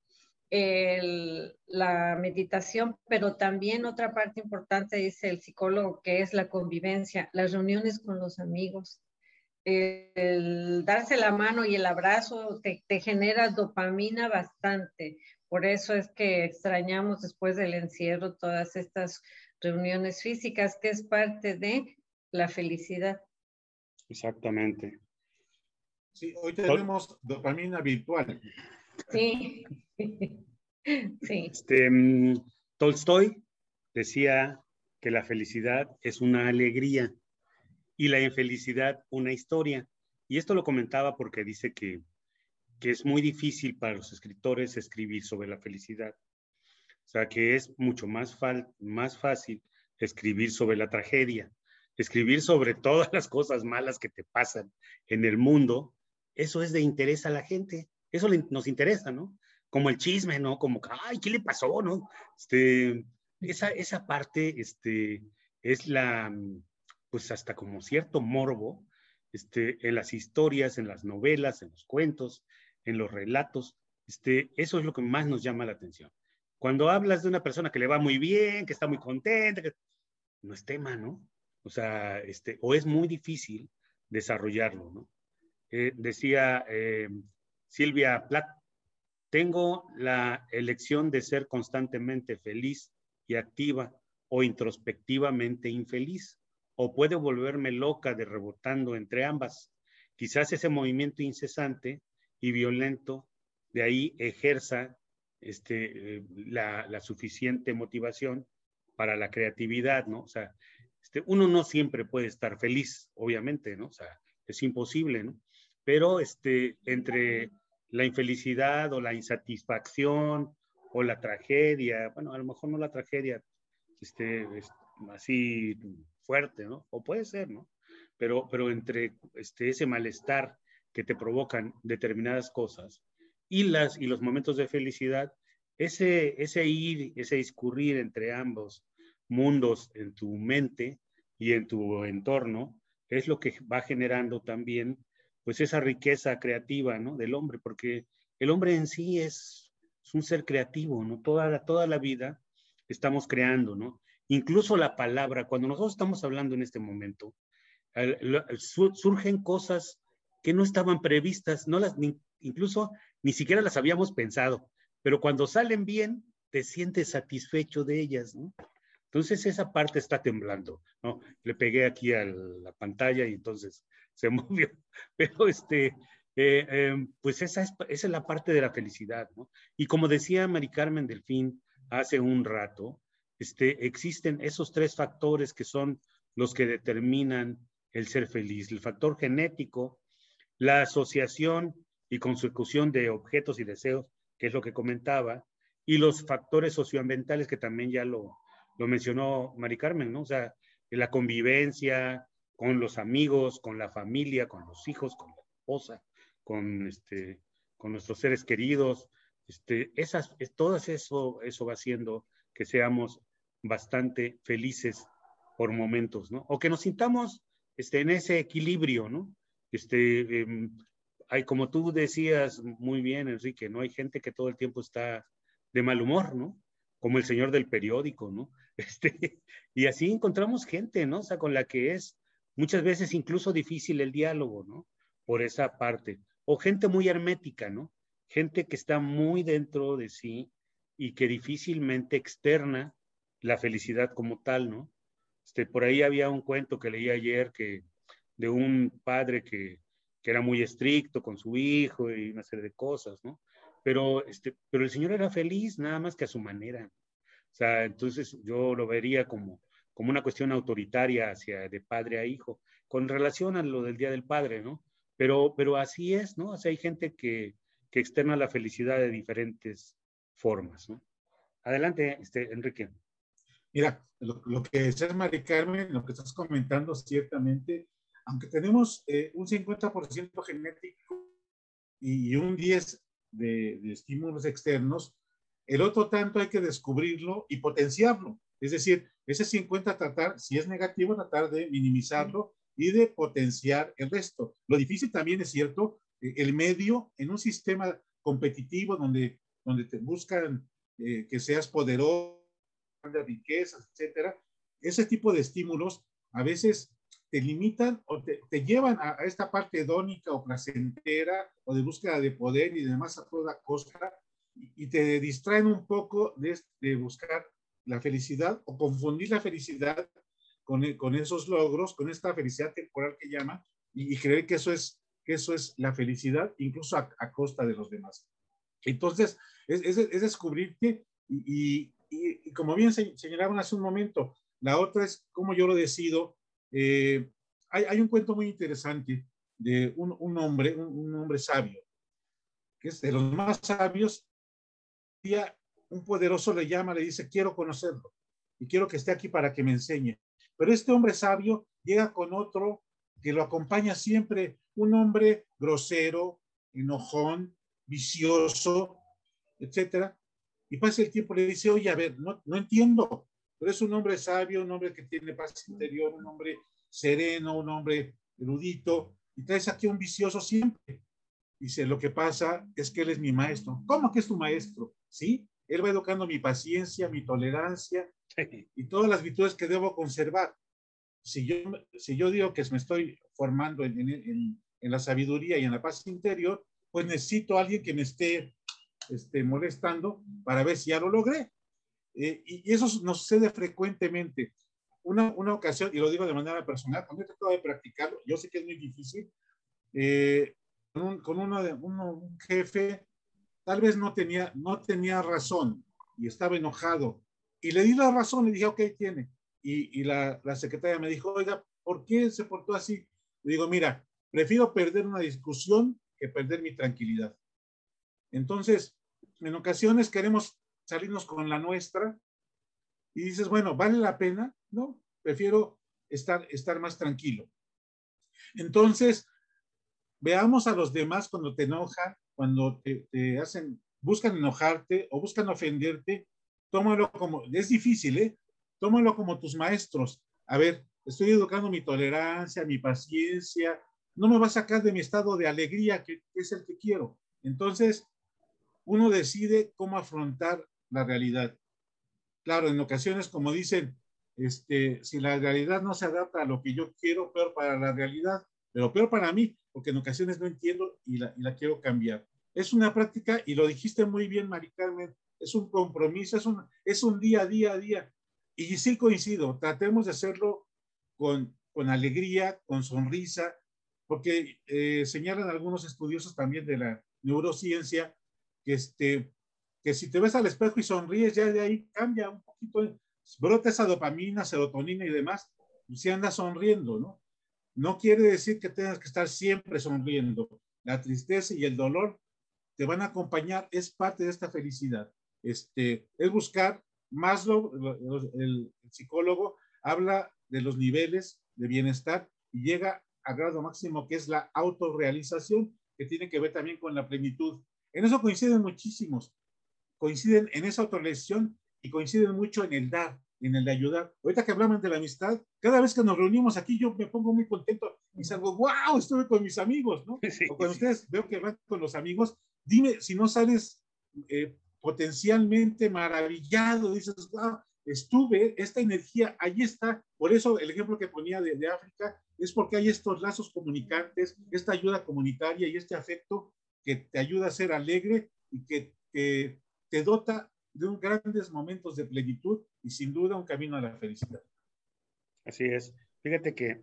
el, la meditación, pero también otra parte importante, dice el psicólogo, que es la convivencia, las reuniones con los amigos. El, el darse la mano y el abrazo te, te genera dopamina bastante. Por eso es que extrañamos después del encierro todas estas reuniones físicas, que es parte de la felicidad. Exactamente. Sí, hoy tenemos dopamina virtual. Sí. Sí. Este, um, Tolstoy decía que la felicidad es una alegría y la infelicidad una historia. Y esto lo comentaba porque dice que, que es muy difícil para los escritores escribir sobre la felicidad. O sea, que es mucho más, más fácil escribir sobre la tragedia, escribir sobre todas las cosas malas que te pasan en el mundo. Eso es de interés a la gente. Eso le, nos interesa, ¿no? Como el chisme, ¿no? Como, ay, ¿qué le pasó, no? Este, esa, esa parte este, es la, pues hasta como cierto morbo, este, en las historias, en las novelas, en los cuentos, en los relatos. Este, eso es lo que más nos llama la atención. Cuando hablas de una persona que le va muy bien, que está muy contenta, que no es tema, ¿no? O sea, este, o es muy difícil desarrollarlo, ¿no? Eh, decía eh, Silvia Plath, tengo la elección de ser constantemente feliz y activa o introspectivamente infeliz, o puedo volverme loca de rebotando entre ambas. Quizás ese movimiento incesante y violento de ahí ejerza este, eh, la, la suficiente motivación para la creatividad, ¿no? O sea, este, uno no siempre puede estar feliz, obviamente, ¿no? O sea, es imposible, ¿no? Pero este, entre la infelicidad o la insatisfacción o la tragedia, bueno, a lo mejor no la tragedia este, es así fuerte, ¿no? O puede ser, ¿no? Pero, pero entre este, ese malestar que te provocan determinadas cosas y, las, y los momentos de felicidad, ese, ese ir, ese discurrir entre ambos mundos en tu mente y en tu entorno es lo que va generando también pues esa riqueza creativa, ¿no? Del hombre, porque el hombre en sí es, es un ser creativo, ¿no? Toda la, toda la vida estamos creando, ¿no? Incluso la palabra, cuando nosotros estamos hablando en este momento, surgen cosas que no estaban previstas, no las, ni, incluso ni siquiera las habíamos pensado, pero cuando salen bien, te sientes satisfecho de ellas, ¿no? Entonces esa parte está temblando, ¿no? Le pegué aquí a la pantalla y entonces se movió, pero este, eh, eh, pues esa es, esa es la parte de la felicidad, ¿no? Y como decía Mari Carmen Delfín hace un rato, este, existen esos tres factores que son los que determinan el ser feliz, el factor genético, la asociación y consecución de objetos y deseos, que es lo que comentaba, y los factores socioambientales que también ya lo, lo mencionó Mari Carmen, ¿no? O sea, la convivencia con los amigos, con la familia, con los hijos, con la esposa, con, este, con nuestros seres queridos, este, esas, todo eso, eso va haciendo que seamos bastante felices por momentos, ¿no? O que nos sintamos este, en ese equilibrio, ¿no? Este, eh, hay, como tú decías muy bien, Enrique, ¿no? Hay gente que todo el tiempo está de mal humor, ¿no? Como el señor del periódico, ¿no? Este, y así encontramos gente, ¿no? O sea, con la que es muchas veces incluso difícil el diálogo, ¿no? Por esa parte. O gente muy hermética, ¿no? Gente que está muy dentro de sí y que difícilmente externa la felicidad como tal, ¿no? Este, por ahí había un cuento que leí ayer que, de un padre que, que era muy estricto con su hijo y una serie de cosas, ¿no? Pero, este, pero el señor era feliz nada más que a su manera. O sea, entonces yo lo vería como, como una cuestión autoritaria hacia de padre a hijo, con relación a lo del Día del Padre, ¿no? Pero, pero así es, ¿no? O sea, hay gente que, que externa la felicidad de diferentes formas, ¿no? Adelante, este, Enrique. Mira, lo, lo que decías, Mari Carmen, lo que estás comentando, ciertamente, aunque tenemos eh, un cincuenta por ciento genético y, y un diez por ciento de, de estímulos externos, el otro tanto hay que descubrirlo y potenciarlo. Es decir, ese cincuenta tratar, si es negativo, tratar de minimizarlo y de potenciar el resto. Lo difícil también es cierto, el medio en un sistema competitivo donde, donde te buscan eh, que seas poderoso, de riquezas, etcétera, ese tipo de estímulos a veces te limitan o te, te llevan a, a esta parte hedónica o placentera o de búsqueda de poder y demás a toda costa y, y te distraen un poco de, de buscar la felicidad o confundir la felicidad con, con esos logros, con esta felicidad temporal que llaman y, y creer que eso es, que eso es la felicidad incluso a, a costa de los demás. Entonces, es, es, es descubrir que Y, y, y como bien se, señalaban hace un momento, la otra es cómo yo lo decido. Eh, hay, hay un cuento muy interesante de un, un hombre, un, un hombre sabio, que es de los más sabios. Un día un poderoso le llama, le dice, quiero conocerlo y quiero que esté aquí para que me enseñe. Pero este hombre sabio llega con otro que lo acompaña siempre, un hombre grosero, enojón, vicioso, etcétera. Y pasa el tiempo, le dice, oye, a ver, no, no entiendo, pero es un hombre sabio, un hombre que tiene paz interior, un hombre sereno, un hombre erudito, y traes aquí un vicioso siempre. Dice, lo que pasa es que él es mi maestro. ¿Cómo que es tu maestro? ¿Sí? Él va educando mi paciencia, mi tolerancia y todas las virtudes que debo conservar. Si yo, si yo digo que me estoy formando en, en, en, en la sabiduría y en la paz interior, pues necesito a alguien que me esté este, molestando para ver si ya lo logré. Eh, y, y eso nos sucede frecuentemente. Una, una ocasión, y lo digo de manera personal, cuando he tratado de practicarlo, yo sé que es muy difícil, eh, con, un, con uno de, uno, un jefe, tal vez no tenía, no tenía razón y estaba enojado. Y le di la razón, le dije, ok, tiene. Y, y la, la secretaria me dijo, oiga, ¿por qué se portó así? Le digo, mira, prefiero perder una discusión que perder mi tranquilidad. Entonces, en ocasiones queremos salirnos con la nuestra y dices, bueno, ¿vale la pena? No, prefiero estar, estar más tranquilo. Entonces, veamos a los demás cuando te enojan, cuando te, te hacen, buscan enojarte o buscan ofenderte, tómalo como, es difícil, ¿eh? Tómalo como tus maestros. A ver, estoy educando mi tolerancia, mi paciencia, no me va a sacar de mi estado de alegría, que, que es el que quiero. Entonces, uno decide cómo afrontar la realidad. Claro, en ocasiones, como dicen, este, si la realidad no se adapta a lo que yo quiero, peor para la realidad, pero peor para mí, porque en ocasiones no entiendo y la, y la quiero cambiar. Es una práctica, y lo dijiste muy bien, Mari Carmen, es un compromiso, es un, es un día a día a día. Y sí coincido, tratemos de hacerlo con, con alegría, con sonrisa, porque eh, señalan algunos estudiosos también de la neurociencia que, este, que si te ves al espejo y sonríes, ya de ahí cambia un poquito, brota esa dopamina, serotonina y demás, y si andas sonriendo, ¿no? No quiere decir que tengas que estar siempre sonriendo. La tristeza y el dolor te van a acompañar, es parte de esta felicidad. Este, es buscar, Maslow, el, el psicólogo, habla de los niveles de bienestar y llega a grado máximo que es la autorrealización, que tiene que ver también con la plenitud. En eso coinciden muchísimos, coinciden en esa autorrealización y coinciden mucho en el dar, en el de ayudar. Ahorita que hablamos de la amistad, cada vez que nos reunimos aquí yo me pongo muy contento y salgo, wow, estuve con mis amigos, ¿no? Sí, o cuando sí. Ustedes veo que van con los amigos, dime si no sales eh, potencialmente maravillado, dices, wow, estuve, esta energía, ahí está. Por eso el ejemplo que ponía de, de África es porque hay estos lazos comunicantes, esta ayuda comunitaria y este afecto que te ayuda a ser alegre y que, que te dota de un grandes momentos de plenitud y sin duda un camino a la felicidad. Así es. Fíjate que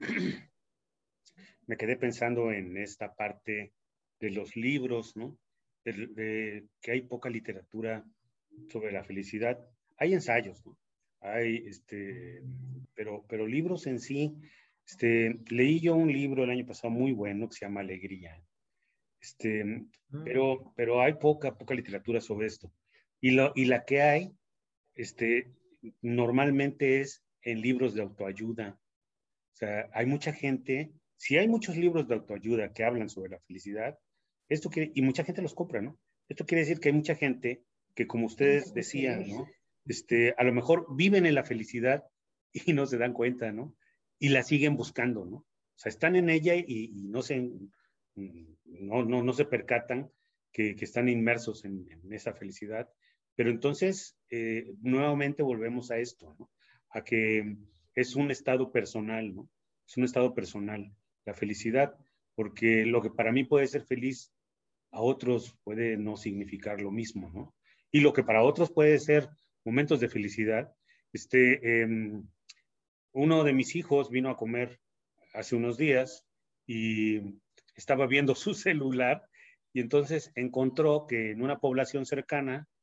me quedé pensando en esta parte de los libros, ¿no? De, de que hay poca literatura sobre la felicidad. Hay ensayos, ¿no? Hay, este, pero, pero libros en sí, este, leí yo un libro el año pasado muy bueno que se llama Alegría. Este, mm. pero, pero hay poca, poca literatura sobre esto. Y, lo, y la que hay, este, normalmente es en libros de autoayuda. O sea, hay mucha gente, si hay muchos libros de autoayuda que hablan sobre la felicidad, esto quiere, y mucha gente los compra, ¿no? Esto quiere decir que hay mucha gente que, como ustedes decían, ¿no? Este, a lo mejor viven en la felicidad y no se dan cuenta, ¿no? Y la siguen buscando, ¿no? O sea, están en ella y, y no, se, no, no, no se percatan que, que están inmersos en, en esa felicidad. Pero entonces, eh, nuevamente volvemos a esto, ¿no? A que es un estado personal, ¿no? Es un estado personal, la felicidad, porque lo que para mí puede ser feliz, a otros puede no significar lo mismo, ¿no? Y lo que para otros puede ser momentos de felicidad. Este, eh, uno de mis hijos vino a comer hace unos días y estaba viendo su celular y entonces encontró que en una población cercana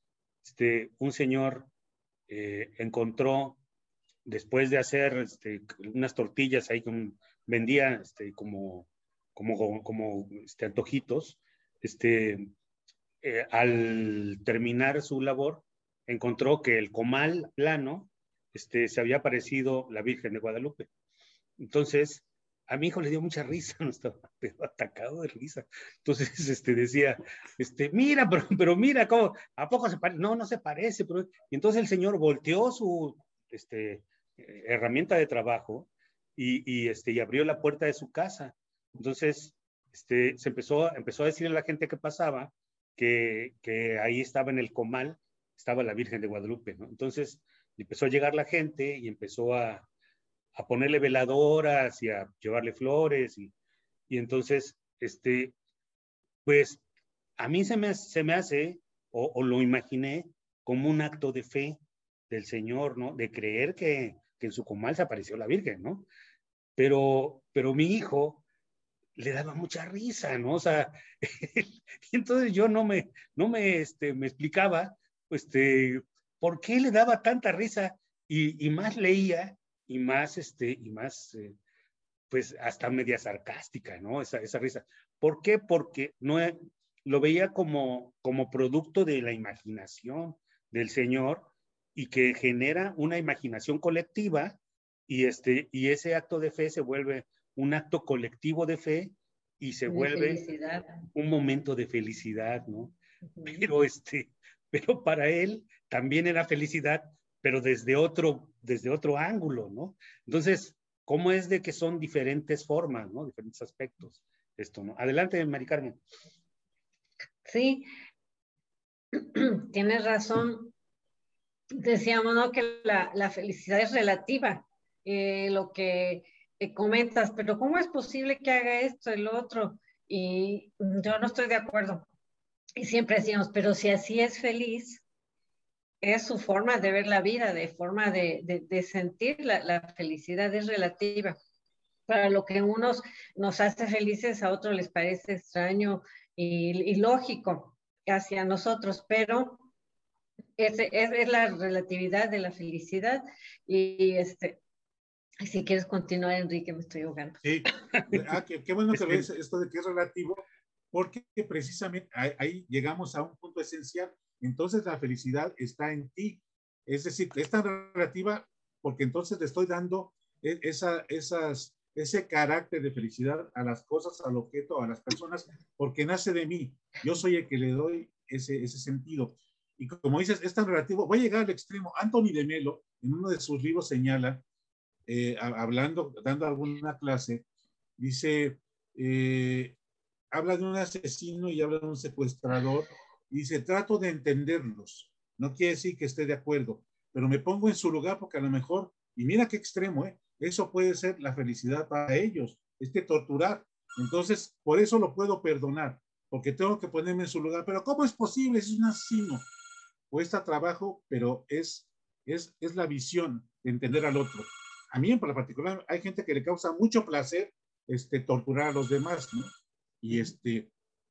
este, un señor eh, encontró, después de hacer este, unas tortillas ahí, con, vendía este, como, como, como este, antojitos, este, eh, al terminar su labor, encontró que el comal plano este, se había aparecido la Virgen de Guadalupe. Entonces, a mi hijo le dio mucha risa, no estaba pero atacado de risa. Entonces, este, decía, este, mira, pero, pero mira, ¿cómo? ¿A poco se parece? No, no se parece. Pero... Y entonces el señor volteó su este, eh, herramienta de trabajo y, y, este, y abrió la puerta de su casa. Entonces, este, se empezó, empezó a decirle a la gente que pasaba que, que ahí estaba en el comal, estaba la Virgen de Guadalupe, ¿no? Entonces, empezó a llegar la gente y empezó a a ponerle veladoras y a llevarle flores y, y entonces, este, pues a mí se me, se me hace, o, o lo imaginé, como un acto de fe del Señor, ¿no? De creer que, que en su comal se apareció la Virgen, ¿no? Pero, pero mi hijo le daba mucha risa, ¿no? O sea, entonces yo no me, no me, este, me explicaba, este, por qué le daba tanta risa y, y más leía y más, este, y más, eh, pues hasta media sarcástica, ¿no? Esa, esa risa. ¿Por qué? Porque no lo veía como, como producto de la imaginación del Señor y que genera una imaginación colectiva y, este, y ese acto de fe se vuelve un acto colectivo de fe y se de vuelve felicidad. un momento de felicidad, ¿no? Uh-huh. Pero, este, pero para él también era felicidad, pero desde otro, desde otro ángulo, ¿no? Entonces, ¿cómo es de que son diferentes formas, ¿no? Diferentes aspectos. Esto, ¿no? Adelante, Mari Carmen. Sí, tienes razón. Decíamos, ¿no? Que la, la felicidad es relativa, eh, lo que eh, comentas, pero ¿cómo es posible que haga esto, el otro? Y yo no estoy de acuerdo. Y siempre decíamos, pero si así es feliz, es su forma de ver la vida, de forma de, de, de sentir la, la felicidad es relativa. Para lo que unos nos hace felices, a otros les parece extraño y, y lógico hacia nosotros, pero es, es, es la relatividad de la felicidad. Y este, si quieres continuar, Enrique, me estoy ahogando. Sí, ah, qué, qué bueno que ves esto de que es relativo, porque precisamente ahí, ahí llegamos a un punto esencial. Entonces la felicidad está en ti. Es decir, es tan relativa porque entonces le estoy dando esa, esas, ese carácter de felicidad a las cosas, al objeto, a las personas, porque nace de mí. Yo soy el que le doy ese, ese sentido. Y como dices, es tan relativo. Voy a llegar al extremo. Anthony de Melo, en uno de sus libros, señala, eh, hablando, dando alguna clase, dice, eh, habla de un asesino y habla de un secuestrador, y dice, trato de entenderlos. No quiere decir que esté de acuerdo, pero me pongo en su lugar porque a lo mejor, y mira qué extremo, ¿eh? Eso puede ser la felicidad para ellos, este torturar. Entonces, por eso lo puedo perdonar, porque tengo que ponerme en su lugar. Pero ¿cómo es posible? Es un asesino. Cuesta trabajo, pero es, es, es la visión de entender al otro. A mí en particular hay gente que le causa mucho placer este, torturar a los demás, ¿no? Y este,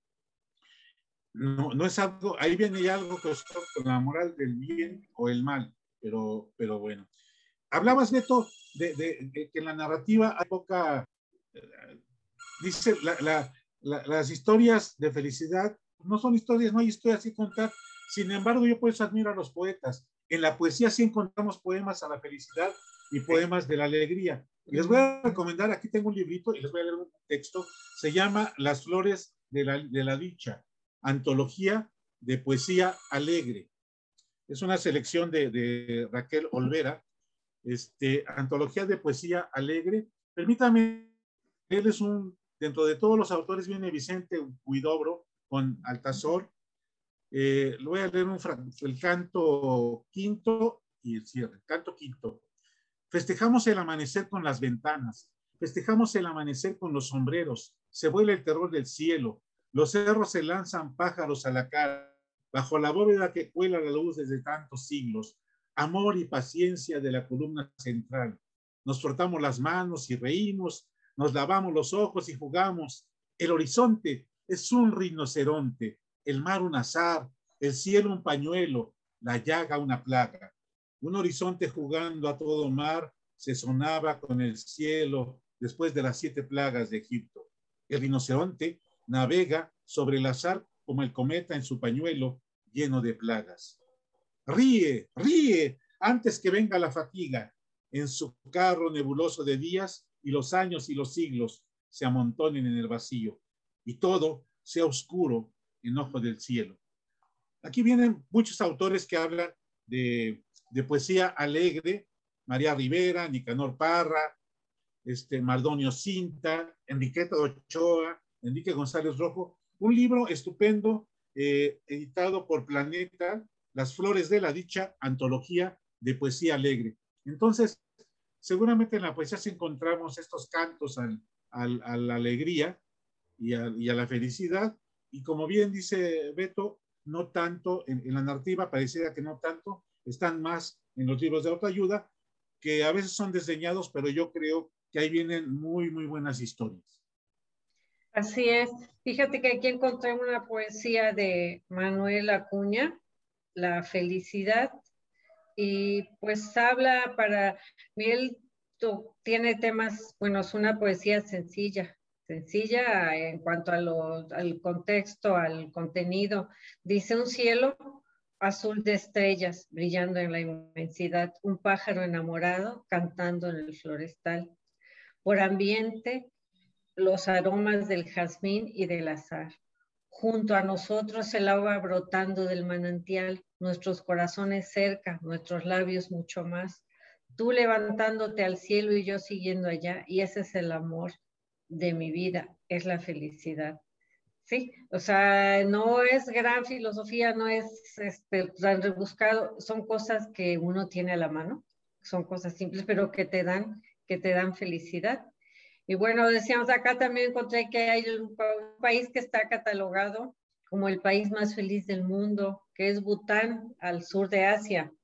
no, no es algo, ahí viene ya algo que es con la moral del bien o el mal, pero, pero bueno. Hablabas, Beto, de, de, de que en la narrativa hay poca, eh, dice, la, la, la, las historias de felicidad no son historias, no hay historias que contar. Sin embargo, yo por eso admiro a los poetas. En la poesía sí encontramos poemas a la felicidad y poemas de la alegría. Y les voy a recomendar, aquí tengo un librito y les voy a leer un texto, se llama Las flores de la, de la dicha, antología de poesía alegre. Es una selección de, de Raquel Olvera, este, antología de poesía alegre. Permítame, él es un, dentro de todos los autores viene Vicente Huidobro con Altazor. Eh, lo voy a leer un el canto quinto y el cierre, canto quinto. Festejamos el amanecer con las ventanas, festejamos el amanecer con los sombreros, se vuela el terror del cielo, los cerros se lanzan pájaros a la cara, bajo la bóveda que cuela la luz desde tantos siglos, amor y paciencia de la columna central. Nos frotamos las manos y reímos, nos lavamos los ojos y jugamos. El horizonte es un rinoceronte, el mar un azar, el cielo un pañuelo, la llaga una plaga. Un horizonte jugando a todo mar se sonaba con el cielo después de las siete plagas de Egipto. El rinoceronte navega sobre el azar como el cometa en su pañuelo lleno de plagas. Ríe, ríe, antes que venga la fatiga, en su carro nebuloso de días y los años y los siglos se amontonen en el vacío y todo sea oscuro en ojo del cielo. Aquí vienen muchos autores que hablan de, de poesía alegre, María Rivera, Nicanor Parra, este, Mardonio Cinta, Enriqueta Ochoa, Enrique González Rojo, un libro estupendo eh, editado por Planeta, Las Flores de la Dicha, antología de poesía alegre. Entonces, seguramente en la poesía sí encontramos estos cantos al, al, a la alegría y a, y a la felicidad, y como bien dice Beto, no tanto, en, en la narrativa pareciera que no tanto, están más en los libros de autoayuda, que a veces son desdeñados, pero yo creo que ahí vienen muy, muy buenas historias. Así es. Fíjate que aquí encontré una poesía de Manuel Acuña, La felicidad, y pues habla para, él tiene temas, bueno, es una poesía sencilla, sencilla en cuanto a lo, al contexto, al contenido. Dice: un cielo azul de estrellas brillando en la inmensidad, un pájaro enamorado cantando en el florestal. Por ambiente, los aromas del jazmín y del azahar. Junto a nosotros el agua brotando del manantial, nuestros corazones cerca, nuestros labios mucho más. Tú levantándote al cielo y yo siguiendo allá, y ese es el amor de mi vida, es la felicidad. Sí, o sea, no es gran filosofía, no es este, tan rebuscado, son cosas que uno tiene a la mano, son cosas simples, pero que te dan, que te dan felicidad. Y bueno, decíamos, acá también encontré que hay un país que está catalogado como el país más feliz del mundo, que es Bután, al sur de Asia.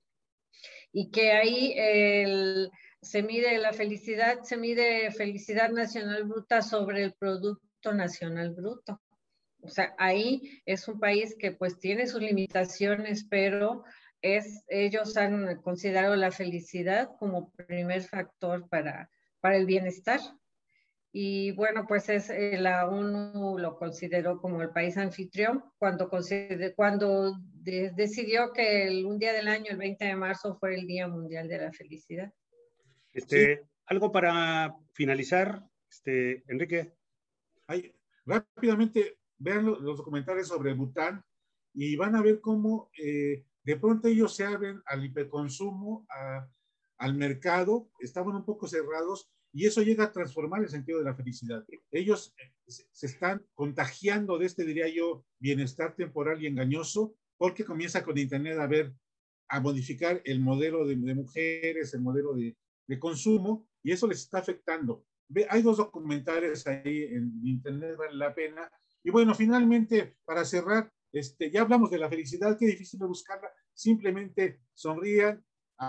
Y que ahí el, se mide la felicidad, se mide felicidad nacional bruta sobre el Producto Nacional Bruto. O sea, ahí es un país que pues tiene sus limitaciones, pero es, ellos han considerado la felicidad como primer factor para, para el bienestar. Y bueno, pues es, eh, la ONU lo consideró como el país anfitrión cuando, consider, cuando de, decidió que el, un día del año, el veinte de marzo, fue el Día Mundial de la Felicidad. Este, sí. Algo para finalizar, este, Enrique. Ay, rápidamente, vean los, los documentales sobre Bután y van a ver cómo eh, de pronto ellos se abren al hiperconsumo, a, al mercado, estaban un poco cerrados, y eso llega a transformar el sentido de la felicidad. Ellos se están contagiando de este, diría yo, bienestar temporal y engañoso, porque comienza con Internet a ver, a modificar el modelo de, de mujeres, el modelo de, de consumo, y eso les está afectando. Hay dos documentales ahí en Internet, vale la pena. Y bueno, finalmente, para cerrar, este, ya hablamos de la felicidad, qué difícil de buscarla, simplemente sonrían,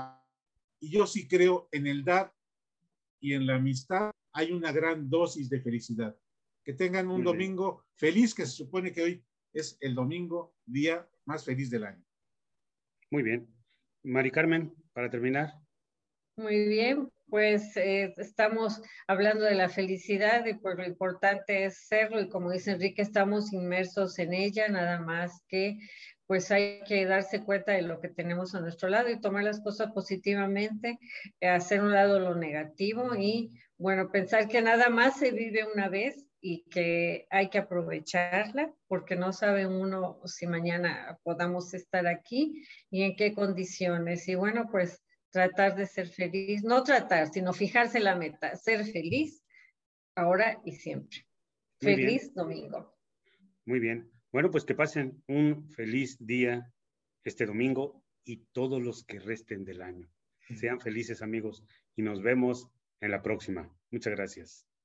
y yo sí creo en el dar y en la amistad hay una gran dosis de felicidad. Que tengan un domingo feliz, que se supone que hoy es el domingo, día más feliz del año. Muy bien. Mari Carmen, para terminar. Muy bien, pues eh, estamos hablando de la felicidad y pues lo importante es serlo, y como dice Enrique, estamos inmersos en ella, nada más que pues hay que darse cuenta de lo que tenemos a nuestro lado y tomar las cosas positivamente, eh, hacer un lado lo negativo y bueno, pensar que nada más se vive una vez y que hay que aprovecharla porque no sabe uno si mañana podamos estar aquí y en qué condiciones. Y bueno, pues tratar de ser feliz, no tratar, sino fijarse la meta, ser feliz ahora y siempre. Muy Feliz bien. domingo. Muy bien. Bueno, pues que pasen un feliz día este domingo y todos los que resten del año. Sean felices, amigos, y nos vemos en la próxima. Muchas gracias.